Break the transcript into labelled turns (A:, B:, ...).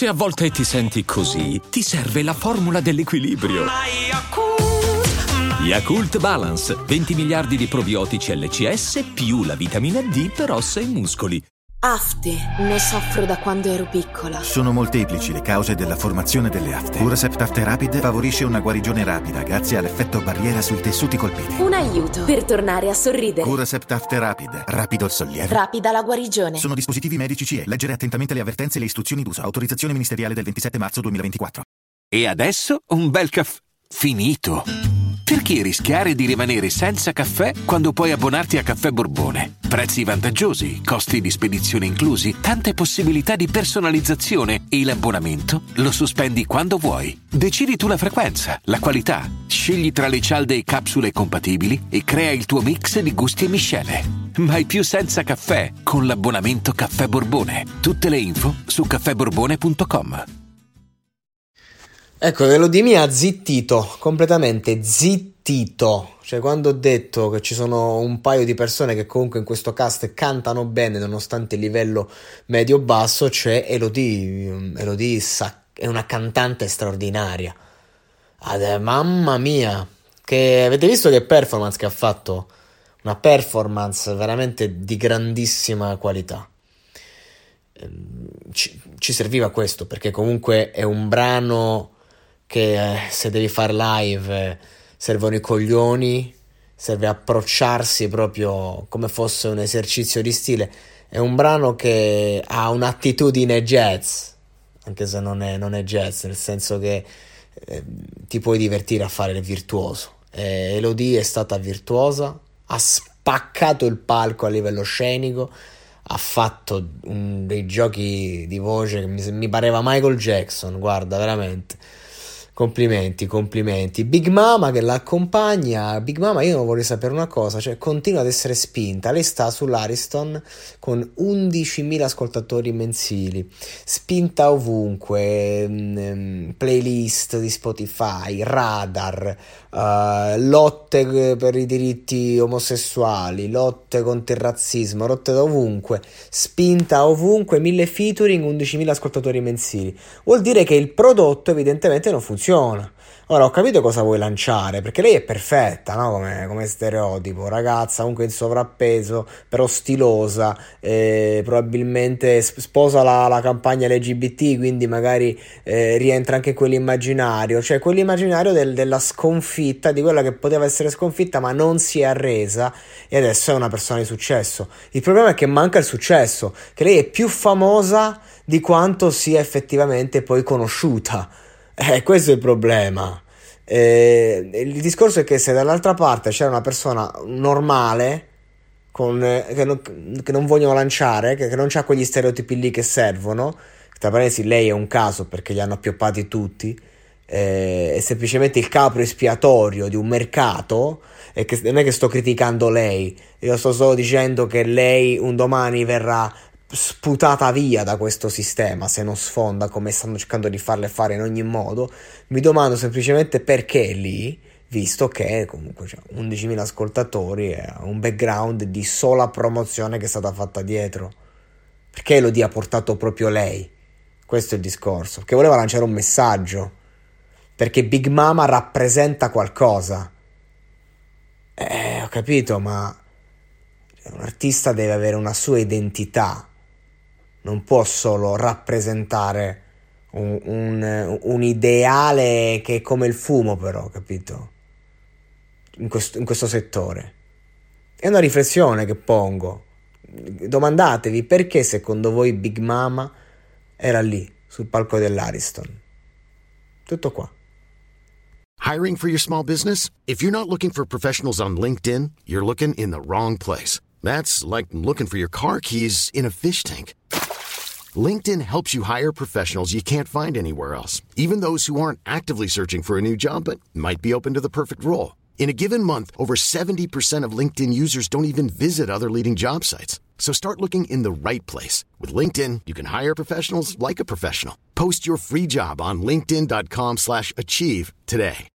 A: Se a volte ti senti così, ti serve la formula dell'equilibrio. Yakult Balance, 20 miliardi di probiotici LCS più la vitamina D per ossa e muscoli.
B: Afte, ne soffro da quando ero piccola.
C: Sono molteplici le cause della formazione delle afte. Curacept Afte Rapid favorisce una guarigione rapida grazie all'effetto barriera sui tessuti colpiti.
B: Un aiuto per tornare a sorridere.
C: Curacept Afte Rapid, rapido il sollievo.
B: Rapida la guarigione.
C: Sono dispositivi medici CE. Leggere attentamente le avvertenze e le istruzioni d'uso. Autorizzazione ministeriale del 27 marzo 2024.
D: E adesso un bel caffè finito. Perché rischiare di rimanere senza caffè quando puoi abbonarti a Caffè Borbone? Prezzi vantaggiosi, costi di spedizione inclusi, tante possibilità di personalizzazione e l'abbonamento lo sospendi quando vuoi. Decidi tu la frequenza, la qualità, scegli tra le cialde e capsule compatibili e crea il tuo mix di gusti e miscele. Mai più senza caffè con l'abbonamento Caffè Borbone. Tutte le info su caffèborbone.com.
E: Ecco, Elodie mi ha zittito, completamente zittito. Cioè, quando ho detto che ci sono un paio di persone che comunque in questo cast cantano bene nonostante il livello medio-basso, c'è Elodie. Elodie è una cantante straordinaria. Mamma mia, che avete visto che performance che ha fatto? Una performance veramente di grandissima qualità. Ci serviva questo, perché comunque è un brano che se devi fare live servono i coglioni, serve approcciarsi proprio come fosse un esercizio di stile. È un brano che ha un'attitudine jazz, anche se non è jazz, nel senso che ti puoi divertire a fare il virtuoso. Elodie è stata virtuosa, ha spaccato il palco a livello scenico, ha fatto dei giochi di voce che mi pareva Michael Jackson, guarda, veramente. Complimenti. Big Mama che l'accompagna. Big Mama, io non vorrei sapere una cosa, cioè continua ad essere spinta. Lei sta sull'Ariston con 11.000 ascoltatori mensili, spinta ovunque, playlist di Spotify, radar, lotte per i diritti omosessuali, lotte contro il razzismo, lotte da ovunque, spinta ovunque, 1000 featuring, 11.000 ascoltatori mensili. Vuol dire che il prodotto evidentemente non funziona. Ora ho capito cosa vuoi lanciare, perché lei è perfetta, no? Come stereotipo, ragazza comunque in sovrappeso, però stilosa, probabilmente sposa la campagna LGBT, quindi magari rientra anche quell'immaginario, cioè quell'immaginario della sconfitta, di quella che poteva essere sconfitta ma non si è arresa e adesso è una persona di successo. Il problema è che manca il successo, che lei è più famosa di quanto sia effettivamente poi conosciuta. Questo è il problema. Il discorso è che se dall'altra parte c'era una persona normale che non vogliono lanciare, che non c'ha quegli stereotipi lì che servono, tra parentesi lei è un caso perché li hanno appioppati tutti, è semplicemente il capro espiatorio di un mercato, e che non è che sto criticando lei, io sto solo dicendo che lei un domani verrà sputata via da questo sistema se non sfonda come stanno cercando di farle fare in ogni modo. Mi domando semplicemente perché lì, visto che comunque c'è 11.000 ascoltatori e un background di sola promozione che è stata fatta dietro, perché lo ha portato proprio lei. Questo è il discorso, che voleva lanciare un messaggio, perché Big Mama rappresenta qualcosa. Ho capito, ma un artista deve avere una sua identità, non può solo rappresentare un ideale che è come il fumo, però, capito? In questo settore. È una riflessione che pongo. Domandatevi perché secondo voi Big Mama era lì, sul palco dell'Ariston. Tutto qua.
F: Hiring for your small business? If you're not looking for professionals on LinkedIn, you're looking in the wrong place. That's like looking for your car keys in a fish tank. LinkedIn helps you hire professionals you can't find anywhere else, even those who aren't actively searching for a new job but might be open to the perfect role. In a given month, over 70% of LinkedIn users don't even visit other leading job sites. So start looking in the right place. With LinkedIn, you can hire professionals like a professional. Post your free job on linkedin.com/achieve today.